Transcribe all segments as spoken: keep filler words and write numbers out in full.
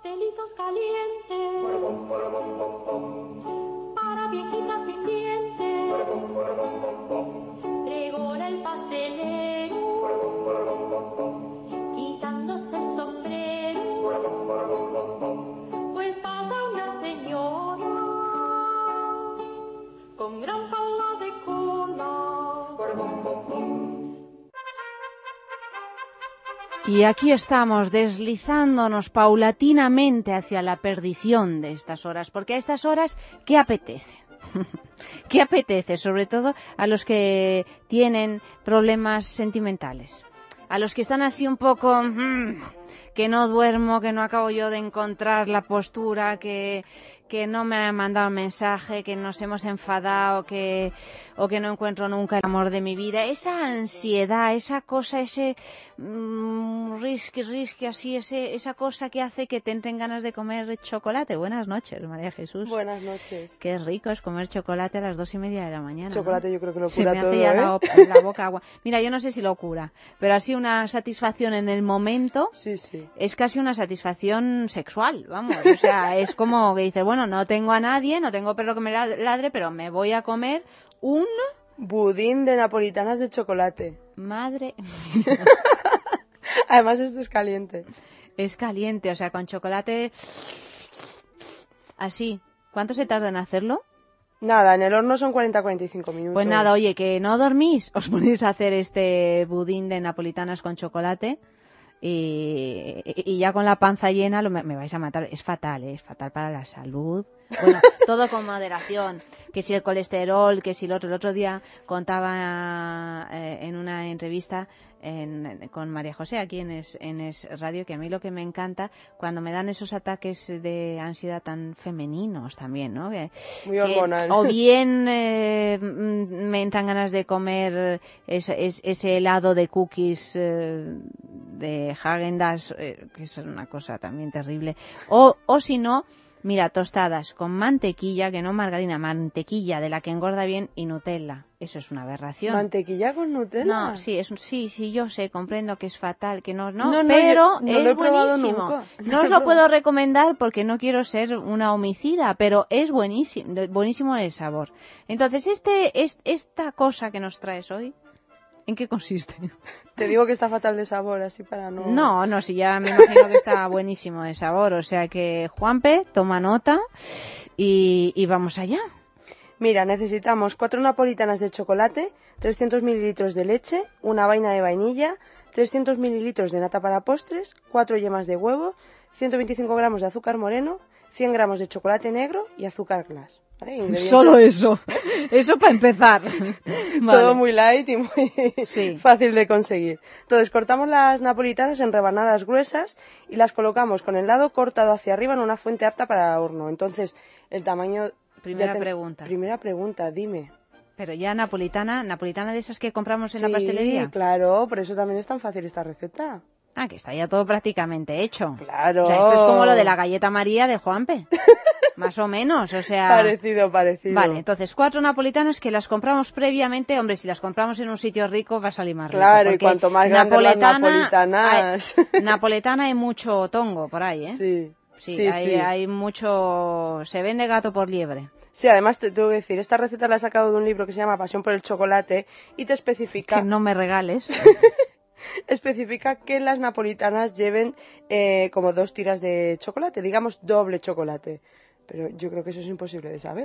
Pastelitos calientes para viejitas sin dientes. Pregona el pastelero quitándose el sombrero, pues pasa una señora con gran falda de cola. Y aquí estamos deslizándonos paulatinamente hacia la perdición de estas horas, porque a estas horas, ¿qué apetece? ¿Qué apetece? Sobre todo a los que tienen problemas sentimentales, a los que están así un poco, mmm, que no duermo, que no acabo yo de encontrar la postura, que, que no me ha mandado mensaje, que nos hemos enfadado, que, o que no encuentro nunca el amor de mi vida. Esa ansiedad, esa cosa, ese mmm, risque, risque, así, ese, esa cosa que hace que te entren ganas de comer chocolate. Buenas noches, María Jesús. Buenas noches. Qué rico es comer chocolate a las dos y media de la mañana. Chocolate, ¿no? Yo creo que lo cura Se me todo, hace ya ¿eh? la, la boca agua. Mira, yo no sé si lo cura, pero así una satisfacción en el momento. Sí, sí. Es casi una satisfacción sexual, vamos. O sea, es como que dices, bueno, no tengo a nadie, no tengo perro que me ladre, pero me voy a comer un budín de napolitanas de chocolate. Madre. Además esto es caliente. Es caliente, o sea, con chocolate así. ¿Cuánto se tarda en hacerlo? Nada, en el horno son cuarenta a cuarenta y cinco minutos. Pues nada, oye, que no dormís, os ponéis a hacer este budín de napolitanas con chocolate y, y ya con la panza llena lo, me vais a matar. Es fatal, ¿eh? Es fatal para la salud. Bueno, todo con moderación, que si el colesterol, que si el otro. El otro día contaba eh, en una entrevista en, con María José aquí en Es, en Es Radio, que a mí lo que me encanta cuando me dan esos ataques de ansiedad tan femeninos también, ¿no? Que, Muy hormonal. Que, o bien eh, me entran ganas de comer ese, ese helado de cookies eh, de Häagen-Dazs, eh, que es una cosa también terrible, o, o si no, mira, tostadas con mantequilla, que no margarina, mantequilla de la que engorda bien, y Nutella. Eso es una aberración. ¿Mantequilla con Nutella? No, sí, es, sí, sí, yo sé, comprendo que es fatal, que no, no, no, no pero yo, no es lo he probado buenísimo. Nunca. No os lo puedo recomendar porque no quiero ser una homicida, pero es buenísimo, buenísimo el sabor. Entonces, este, es, esta cosa que nos traes hoy, ¿en qué consiste? Te digo que está fatal de sabor, así para no... No, no, si ya me imagino que está buenísimo de sabor. O sea que, Juanpe, toma nota y, y vamos allá. Mira, necesitamos cuatro napolitanas de chocolate, trescientos mililitros de leche, una vaina de vainilla, trescientos mililitros de nata para postres, cuatro yemas de huevo, ciento veinticinco gramos de azúcar moreno, cien gramos de chocolate negro y azúcar glass. ¿Vale? Solo eso, eso para empezar. Vale. Todo muy light y muy sí. fácil de conseguir. Entonces cortamos las napolitanas en rebanadas gruesas y las colocamos con el lado cortado hacia arriba en una fuente apta para horno. Entonces el tamaño... Primera te... pregunta. Primera pregunta, dime. Pero ya napolitana, napolitana de esas que compramos en sí, la pastelería. Sí, claro, por eso también es tan fácil esta receta. Ah, que está ya todo prácticamente hecho. Claro. O sea, esto es como lo de la galleta María de Juanpe. Más o menos, o sea... Parecido, parecido. Vale, entonces, cuatro napolitanas que las compramos previamente. Hombre, si las compramos en un sitio rico va a salir más rico. Claro, y cuanto más grandes las napolitanas... Hay, napoletana hay mucho tongo por ahí, ¿eh? Sí. Sí, sí, hay, sí. hay mucho... Se vende gato por liebre. Sí, además te tengo que decir, esta receta la he sacado de un libro que se llama Pasión por el chocolate y te especifica... Que no me regales. Especifica que las napolitanas lleven eh, como dos tiras de chocolate, digamos doble chocolate. Pero yo creo que eso es imposible de saber.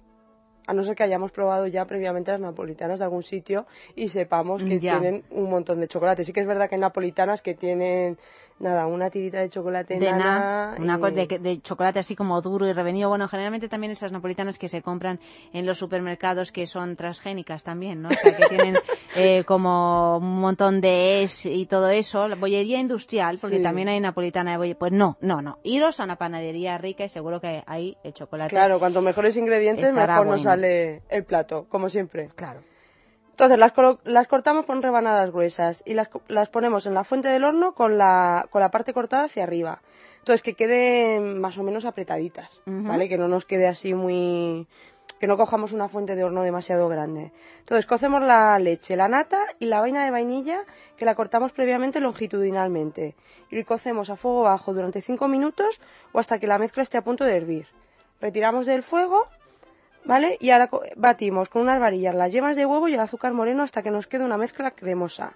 A no ser que hayamos probado ya previamente las napolitanas de algún sitio y sepamos que ya. tienen un montón de chocolate. Sí que es verdad que hay napolitanas que tienen, nada, una tirita de chocolate de nana. Una y... cosa de, de chocolate así como duro y revenido. Bueno, generalmente también esas napolitanas que se compran en los supermercados que son transgénicas también, ¿no? O sea, que tienen eh, como un montón de es y todo eso. La bollería industrial, porque sí. también hay napolitana de bollería. Pues no, no, no. Iros a una panadería rica y seguro que hay el chocolate. Claro, cuanto mejores ingredientes, mejor bueno. nos sale el plato, como siempre. Claro. Entonces las, las cortamos con rebanadas gruesas y las, las ponemos en la fuente del horno con la, con la parte cortada hacia arriba. Entonces que queden más o menos apretaditas, uh-huh. ¿vale? Que no nos quede así muy, que no cojamos una fuente de horno demasiado grande. Entonces cocemos la leche, la nata y la vaina de vainilla, que la cortamos previamente longitudinalmente, y cocemos a fuego bajo durante cinco minutos o hasta que la mezcla esté a punto de hervir. Retiramos del fuego, ¿vale? Y ahora batimos con unas varillas las yemas de huevo y el azúcar moreno hasta que nos quede una mezcla cremosa.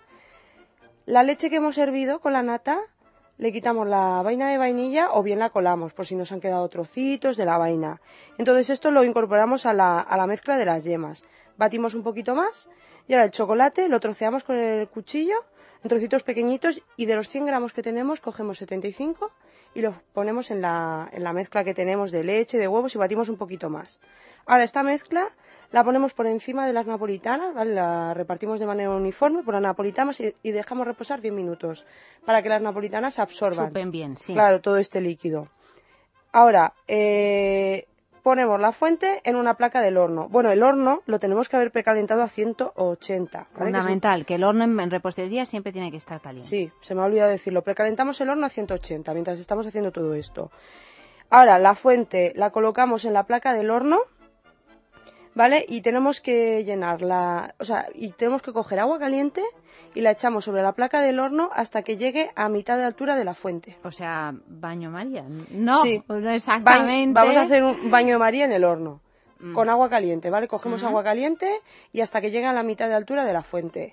La leche que hemos hervido con la nata, le quitamos la vaina de vainilla o bien la colamos por si nos han quedado trocitos de la vaina. Entonces esto lo incorporamos a la, a la mezcla de las yemas. Batimos un poquito más y ahora el chocolate lo troceamos con el cuchillo en trocitos pequeñitos y de los cien gramos que tenemos cogemos setenta y cinco y los ponemos en la, en la mezcla que tenemos de leche, de huevos y batimos un poquito más. Ahora esta mezcla la ponemos por encima de las napolitanas, ¿vale? La repartimos de manera uniforme por las napolitanas y, y dejamos reposar diez minutos para que las napolitanas absorban. Supen bien, sí. Claro, todo este líquido. Ahora, eh, ponemos la fuente en una placa del horno. Bueno, el horno lo tenemos que haber precalentado a ciento ochenta. ¿Vale? Fundamental, que, es... que el horno en, en repostería siempre tiene que estar caliente. Sí, se me ha olvidado decirlo. Precalentamos el horno a ciento ochenta mientras estamos haciendo todo esto. Ahora, la fuente la colocamos en la placa del horno, ¿vale? Y tenemos que llenarla, o sea, y tenemos que coger agua caliente y la echamos sobre la placa del horno hasta que llegue a mitad de altura de la fuente. O sea, baño María. No, sí. no exactamente. Ba- vamos a hacer un baño de María en el horno, mm. con agua caliente, ¿vale? Cogemos mm. agua caliente y hasta que llegue a la mitad de altura de la fuente.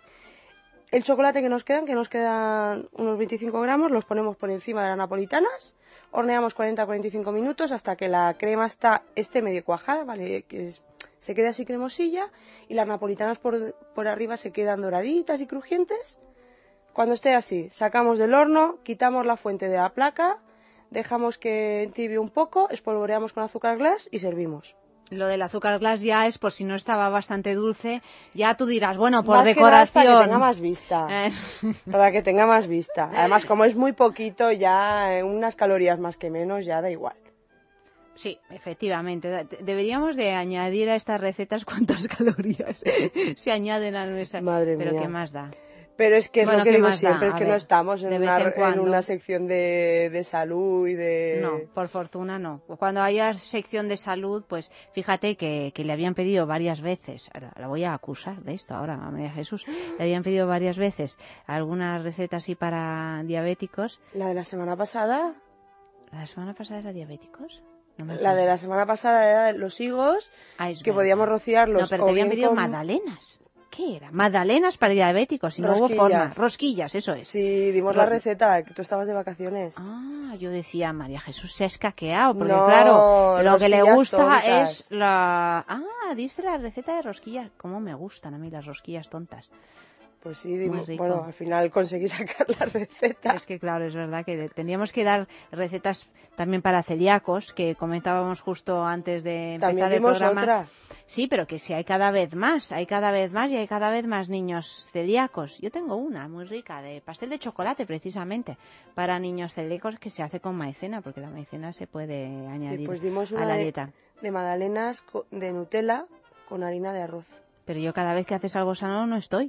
El chocolate que nos quedan, que nos quedan unos veinticinco gramos, los ponemos por encima de las napolitanas, horneamos cuarenta a cuarenta y cinco minutos hasta que la crema está, esté medio cuajada, ¿vale? Que es... se queda así cremosilla y las napolitanas por, por arriba se quedan doraditas y crujientes. Cuando esté así, sacamos del horno, quitamos la fuente de la placa, dejamos que entibie un poco, espolvoreamos con azúcar glass y servimos. Lo del azúcar glass ya es por si no estaba bastante dulce, ya tú dirás, bueno, por más decoración. Que nada, para que tenga más vista. Eh. Para que tenga más vista. Además, como es muy poquito, ya eh, unas calorías más que menos, ya da igual. Sí, efectivamente. Deberíamos de añadir a estas recetas cuántas calorías se añaden a nuestra... Madre Pero mía. ¿qué más da? Pero es que es bueno, lo que digo más siempre, da? es que a no ver, estamos en una, en, en una sección de, de salud y de... No, por fortuna no. Cuando haya sección de salud, pues fíjate que, que le habían pedido varias veces, ahora, la voy a acusar de esto ahora a María Jesús, le habían pedido varias veces algunas recetas así para diabéticos. ¿La de la semana pasada? ¿La semana pasada era diabéticos? No la de la semana pasada era los higos, ah, que verdad. Podíamos rociarlos. No, pero te habían pedido con... magdalenas. ¿Qué era? Magdalenas para diabéticos, y no hubo forma. Rosquillas, eso es. Sí, dimos Ros... la receta, que tú estabas de vacaciones. Ah, yo decía, María Jesús se ha escaqueado, porque no, claro, lo que le gusta tontas. es la... Ah, diste la receta de rosquillas. ¿Cómo me gustan a mí las rosquillas tontas? Pues sí, dimos, bueno, al final conseguí sacar la receta. Es que claro, es verdad que tendríamos que dar recetas también para celíacos, que comentábamos justo antes de empezar también el programa. Otra. Sí, pero que sí hay cada vez más, hay cada vez más y hay cada vez más niños celíacos. Yo tengo una muy rica de pastel de chocolate precisamente para niños celíacos que se hace con maicena, porque la maicena se puede añadir sí, pues dimos una a la de, dieta. De magdalenas de Nutella con harina de arroz. Pero yo cada vez que haces algo sano no estoy.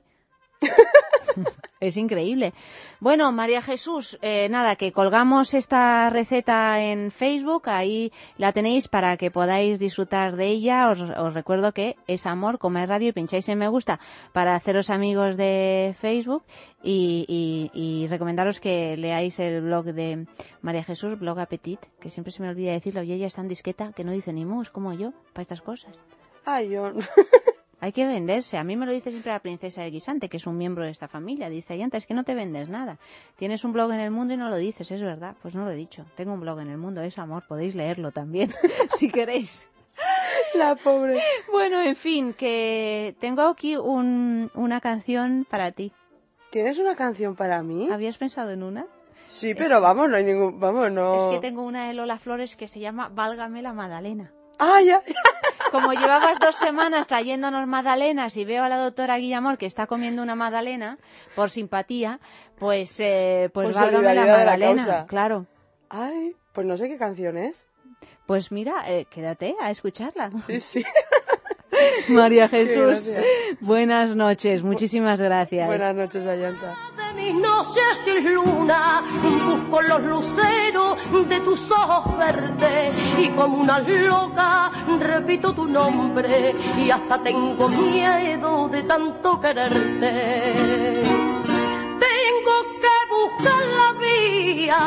Es increíble. Bueno, María Jesús, eh, nada, que colgamos esta receta en Facebook, ahí la tenéis para que podáis disfrutar de ella. Os, os recuerdo que es Amor, Comer Radio, y pincháis en me gusta para haceros amigos de Facebook y, y, y recomendaros que leáis el blog de María Jesús, Blog Appetit, que siempre se me olvida decirlo, y ella es tan discreta que no dice ni mus como yo para estas cosas. Ay, yo... Hay que venderse. A mí me lo dice siempre la princesa del guisante, que es un miembro de esta familia. Dice, Ayanta, es que no te vendes nada. Tienes un blog en el mundo y no lo dices, es verdad. Pues no lo he dicho. Tengo un blog en el mundo, es Amor. Podéis leerlo también, si queréis. La pobre. Bueno, en fin, que tengo aquí un, una canción para ti. ¿Tienes una canción para mí? ¿Habías pensado en una? Sí, pero es vamos, no hay ningún... Vamos, no... Es que tengo una de Lola Flores que se llama Válgame la Madalena. ¡Ah, ya! Como llevabas dos semanas trayéndonos magdalenas y veo a la doctora Guillamor que está comiendo una magdalena por simpatía, pues eh, pues, pues válgame la magdalena, la claro. Ay, pues no sé qué canción es. Pues mira, eh, quédate a escucharla. Sí, sí. María Jesús, buenas noches, muchísimas gracias. Buenas noches, Ayanta. De mis noches sin luna, busco los luceros de tus ojos verdes y como una loca repito tu nombre y hasta tengo miedo de tanto quererte. Tengo que buscar la vía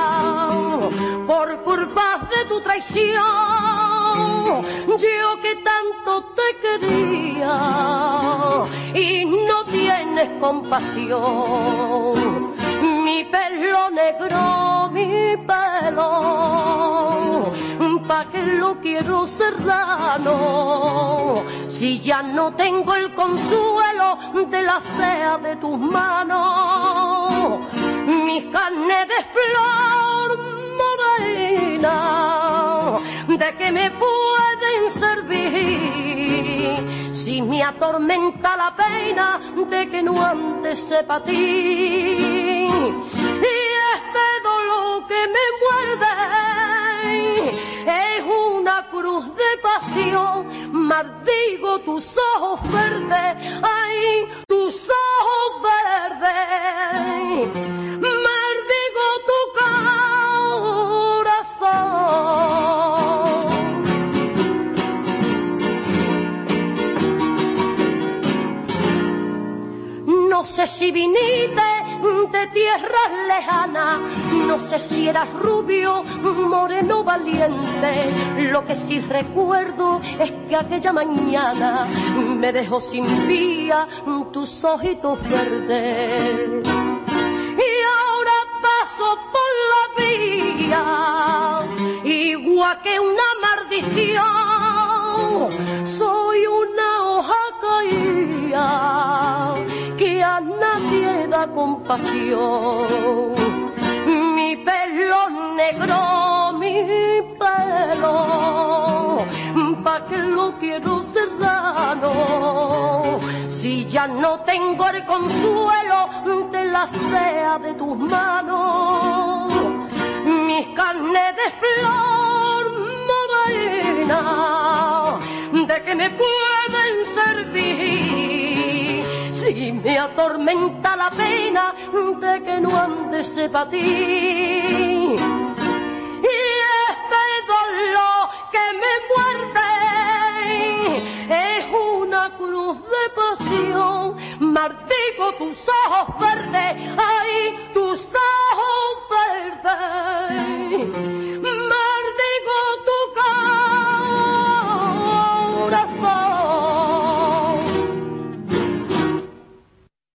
por culpa de tu traición. Yo que tanto te quería y no tienes compasión. Mi pelo negro, mi pelo, ¿pa' qué lo quiero serrano? Si ya no tengo el consuelo de la sea de tus manos. Mis carnes de flor morena, ¿de qué me pueden servir? Si me atormenta la pena de que no antes sepa ti. Y este dolor que me muerde es una cruz de pasión. Maldigo tus ojos verdes, ay, tus ojos verdes. Maldigo tu corazón. No sé si viniste de tierras lejanas, no sé si eras rubio, moreno, valiente. Lo que sí recuerdo es que aquella mañana me dejó sin vía tus ojitos verdes. Y ahora paso por la vía, igual que una maldición. Soy una hoja caída que a nadie da compasión. Mi pelo negro, mi pelo, ¿pa' qué lo quiero serrano? Si ya no tengo el consuelo de la sea de tus manos. Mis carnes de flor morena, ¿de qué me pueden servir? Si me atormenta la pena de que no antes sepa ti. Y este dolor que me muerde es una cruz de pasión. Maldigo tus ojos verdes, ay, tus ojos verdes.